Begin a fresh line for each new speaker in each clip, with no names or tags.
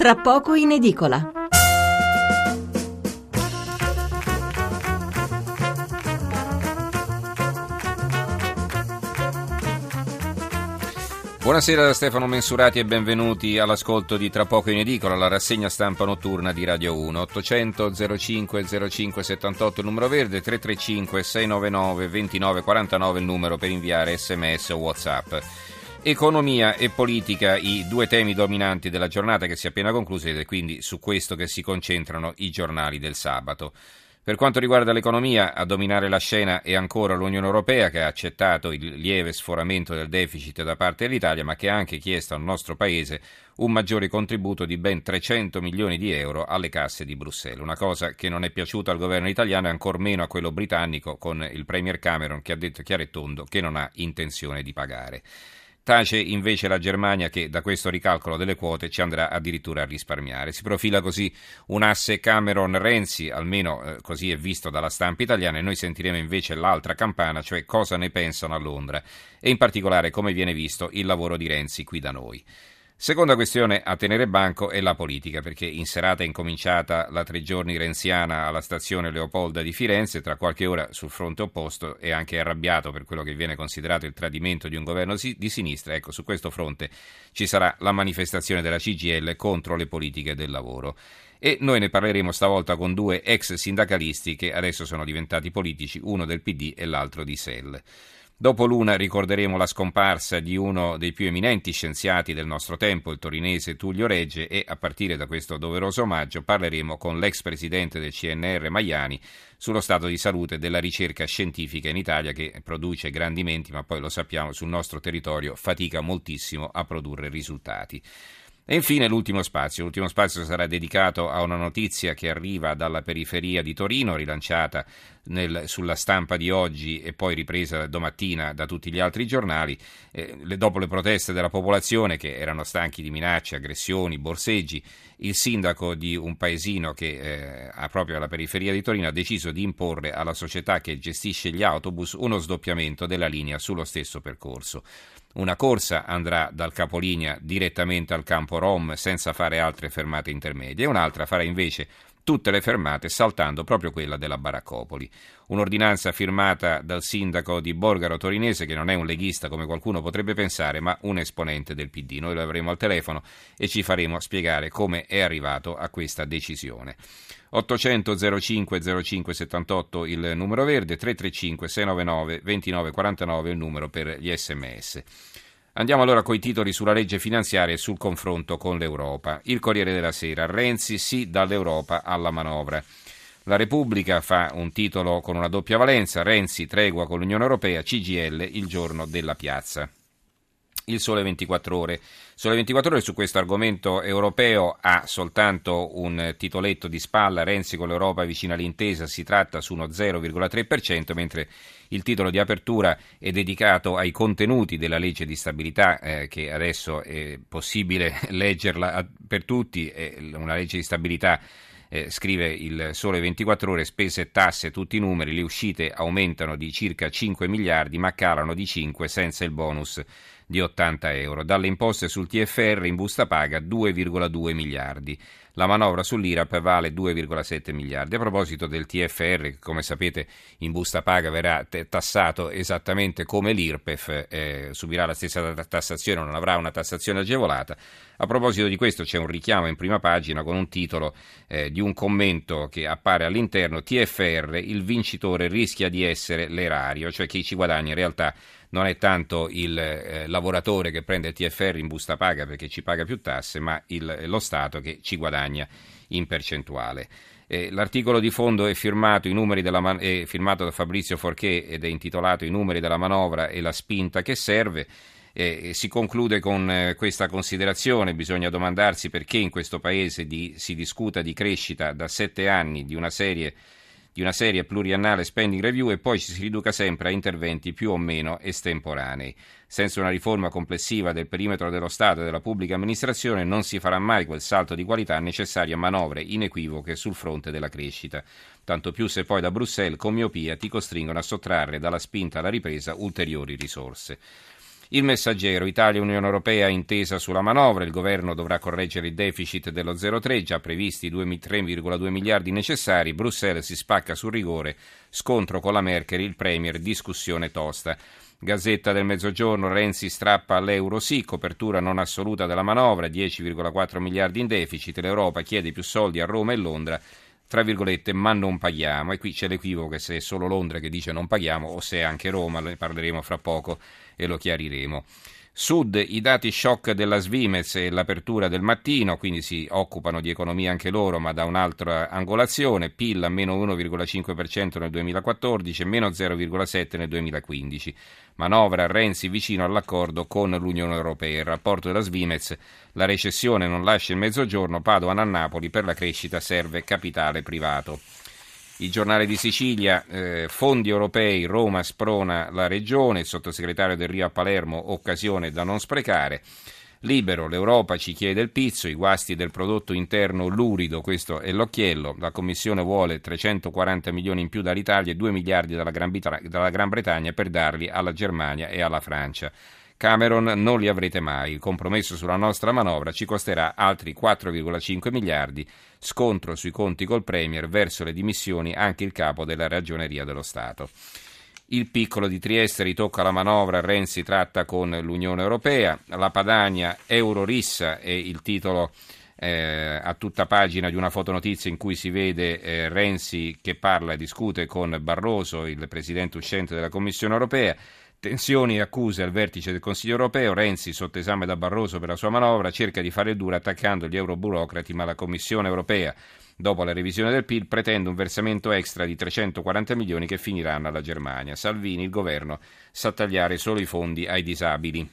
tra poco in edicola.
Buonasera da Stefano Mensurati e benvenuti all'ascolto di Tra poco in edicola, la rassegna stampa notturna di Radio 1. 800 05 05 78 il numero verde, 335 699 2949 il numero per inviare sms o WhatsApp. Economia e politica, i due temi dominanti della giornata che si è appena conclusa, ed è quindi su questo che si concentrano i giornali del sabato. Per quanto riguarda l'economia, a dominare la scena è ancora l'Unione Europea, che ha accettato il lieve sforamento del deficit da parte dell'Italia, ma che ha anche chiesto al nostro Paese un maggiore contributo di ben 300 milioni di euro alle casse di Bruxelles. Una cosa che non è piaciuta al governo italiano e ancor meno a quello britannico, con il Premier Cameron che ha detto chiaro e tondo che non ha intenzione di pagare. Tace invece la Germania, che da questo ricalcolo delle quote ci andrà addirittura a risparmiare. Si profila così un asse Cameron-Renzi, almeno così è visto dalla stampa italiana, e noi sentiremo invece l'altra campana, cioè cosa ne pensano a Londra e in particolare come viene visto il lavoro di Renzi qui da noi. Seconda questione a tenere banco è la politica, perché in serata è incominciata la 3 giorni renziana alla stazione Leopolda di Firenze. Tra qualche ora sul fronte opposto è anche arrabbiato per quello che viene considerato il tradimento di un governo di sinistra. Ecco, su questo fronte ci sarà la manifestazione della CGIL contro le politiche del lavoro. E noi ne parleremo stavolta con due ex sindacalisti che adesso sono diventati politici, uno del PD e l'altro di SEL. Dopo l'una ricorderemo la scomparsa di uno dei più eminenti scienziati del nostro tempo, il torinese Tullio Regge, e a partire da questo doveroso omaggio parleremo con l'ex presidente del CNR Maiani sullo stato di salute della ricerca scientifica in Italia, che produce grandi menti, ma poi lo sappiamo sul nostro territorio fatica moltissimo a produrre risultati. E infine l'ultimo spazio sarà dedicato a una notizia che arriva dalla periferia di Torino, rilanciata sulla stampa di oggi e poi ripresa domattina da tutti gli altri giornali, dopo le proteste della popolazione che erano stanchi di minacce, aggressioni, borseggi. Il sindaco di un paesino che ha proprio alla periferia di Torino ha deciso di imporre alla società che gestisce gli autobus uno sdoppiamento della linea sullo stesso percorso. Una corsa andrà dal capolinea direttamente al campo Rom senza fare altre fermate intermedie e un'altra farà invece tutte le fermate saltando proprio quella della Baraccopoli. Un'ordinanza firmata dal sindaco di Borgaro Torinese, che non è un leghista come qualcuno potrebbe pensare, ma un esponente del PD. Noi lo avremo al telefono e ci faremo spiegare come è arrivato a questa decisione. 800 05 05 78 il numero verde, 335 699 2949 il numero per gli sms. Andiamo allora coi titoli sulla legge finanziaria e sul confronto con l'Europa. Il Corriere della Sera: Renzi sì dall'Europa alla manovra. La Repubblica fa un titolo con una doppia valenza: Renzi tregua con l'Unione Europea, CGIL il giorno della piazza. Il Sole 24 Ore. Sole 24 Ore su questo argomento europeo ha soltanto un titoletto di spalla: Renzi con l'Europa vicina all'intesa, si tratta su uno 0,3%, mentre il titolo di apertura è dedicato ai contenuti della legge di stabilità, che adesso è possibile leggerla per tutti. È una legge di stabilità, scrive il Sole 24 Ore, spese e tasse, tutti i numeri, le uscite aumentano di circa 5 miliardi ma calano di 5 senza il bonus di 80 euro. Dalle imposte sul TFR in busta paga 2,2 miliardi. La manovra sull'IRAP vale 2,7 miliardi. A proposito del TFR, che come sapete in busta paga verrà tassato esattamente come l'IRPEF, subirà la stessa tassazione, non avrà una tassazione agevolata. A proposito di questo c'è un richiamo in prima pagina con un titolo di un commento che appare all'interno: TFR, il vincitore rischia di essere l'erario, cioè chi ci guadagna in realtà non è tanto il lavoratore che prende il TFR in busta paga perché ci paga più tasse, ma lo Stato che ci guadagna in percentuale. L'articolo di fondo è firmato, è firmato da Fabrizio Forché ed è intitolato I numeri della manovra e la spinta che serve. Si conclude con questa considerazione: bisogna domandarsi perché in questo Paese si discuta di crescita da 7 anni, di una serie pluriannale spending review, e poi ci si riduca sempre a interventi più o meno estemporanei. Senza una riforma complessiva del perimetro dello Stato e della pubblica amministrazione non si farà mai quel salto di qualità necessario a manovre inequivoche sul fronte della crescita. Tanto più se poi da Bruxelles, con miopia, ti costringono a sottrarre dalla spinta alla ripresa ulteriori risorse. Il Messaggero, Italia e Unione Europea intesa sulla manovra, il governo dovrà correggere il deficit dello 0,3, già previsti i 3,2 miliardi necessari, Bruxelles si spacca sul rigore, scontro con la Merkel, il Premier, discussione tosta. Gazzetta del Mezzogiorno, Renzi strappa all'euro sì, copertura non assoluta della manovra, 10,4 miliardi in deficit, l'Europa chiede più soldi a Roma e Londra, tra virgolette, ma non paghiamo. E qui c'è l'equivoco se è solo Londra che dice non paghiamo o se è anche Roma, ne parleremo fra poco e lo chiariremo. Sud, i dati shock della Svimez e l'apertura del mattino, quindi si occupano di economia anche loro, ma da un'altra angolazione, PIL a meno 1,5% nel 2014 e meno 0,7% nel 2015. Manovra Renzi vicino all'accordo con l'Unione Europea. Il rapporto della Svimez, la recessione non lascia il Mezzogiorno, Padoan a Napoli, per la crescita serve capitale privato. Il Giornale di Sicilia, fondi europei, Roma sprona la regione, il sottosegretario Del Rio a Palermo, occasione da non sprecare. Libero, l'Europa ci chiede il pizzo, i guasti del prodotto interno lurido, questo è l'occhiello, la Commissione vuole 340 milioni in più dall'Italia e 2 miliardi dalla Gran Bretagna per darli alla Germania e alla Francia. Cameron, non li avrete mai, il compromesso sulla nostra manovra ci costerà altri 4,5 miliardi, scontro sui conti col Premier, verso le dimissioni anche il capo della Ragioneria dello Stato. Il Piccolo di Trieste ritocca la manovra, Renzi tratta con l'Unione Europea, la Padania Euro-Rissa è il titolo a tutta pagina di una fotonotizia in cui si vede Renzi che parla e discute con Barroso, il presidente uscente della Commissione Europea. Tensioni e accuse al vertice del Consiglio europeo, Renzi sotto esame da Barroso per la sua manovra, cerca di fare il duro attaccando gli euroburocrati, ma la Commissione europea, dopo la revisione del PIL, pretende un versamento extra di 340 milioni che finiranno alla Germania. Salvini, il governo sa tagliare solo i fondi ai disabili.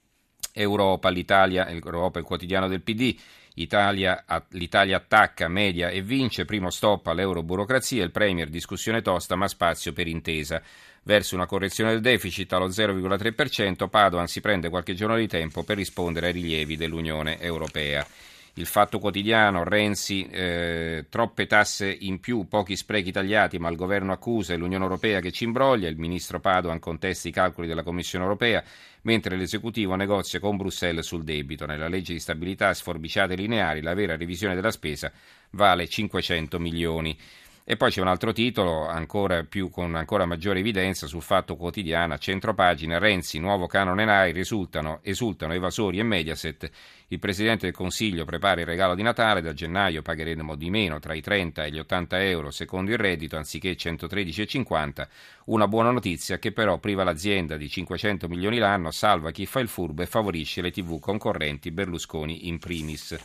Europa, l'Italia, Europa, il quotidiano del PD, l'Italia attacca, media e vince, primo stop all'euroburocrazia, il Premier, discussione tosta ma spazio per intesa. Verso una correzione del deficit allo 0,3%, Padoan si prende qualche giorno di tempo per rispondere ai rilievi dell'Unione Europea. Il Fatto Quotidiano, Renzi, troppe tasse in più, pochi sprechi tagliati, ma il governo accusa e l'Unione Europea che ci imbroglia, il ministro Padoan contesta i calcoli della Commissione Europea, mentre l'esecutivo negozia con Bruxelles sul debito. Nella legge di stabilità sforbiciate lineari, la vera revisione della spesa vale 500 milioni. E poi c'è un altro titolo, con ancora maggiore evidenza, sul Fatto Quotidiano, a centropagina, Renzi, nuovo canone RAI, esultano evasori e Mediaset. Il Presidente del Consiglio prepara il regalo di Natale, da gennaio pagheremo di meno, tra i 30 e gli 80 euro secondo il reddito, anziché 113,50. Una buona notizia che però priva l'azienda di 500 milioni l'anno, salva chi fa il furbo e favorisce le TV concorrenti, Berlusconi in primis.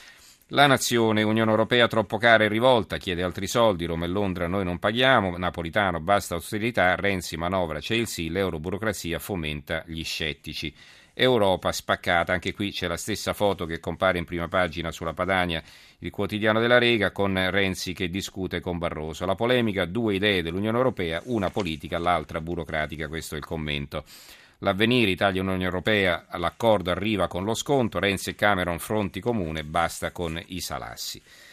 La Nazione, Unione Europea troppo cara e rivolta, chiede altri soldi, Roma e Londra noi non paghiamo, Napolitano basta austerità, Renzi manovra c'è il sì, l'euroburocrazia fomenta gli scettici. Europa spaccata, anche qui c'è la stessa foto che compare in prima pagina sulla Padania, il quotidiano della Lega, con Renzi che discute con Barroso. La polemica, due idee dell'Unione Europea, una politica, l'altra burocratica, questo è il commento. L'Avvenire, Italia e Unione Europea, l'accordo arriva con lo sconto, Renzi e Cameron fronti comune, basta con i salassi.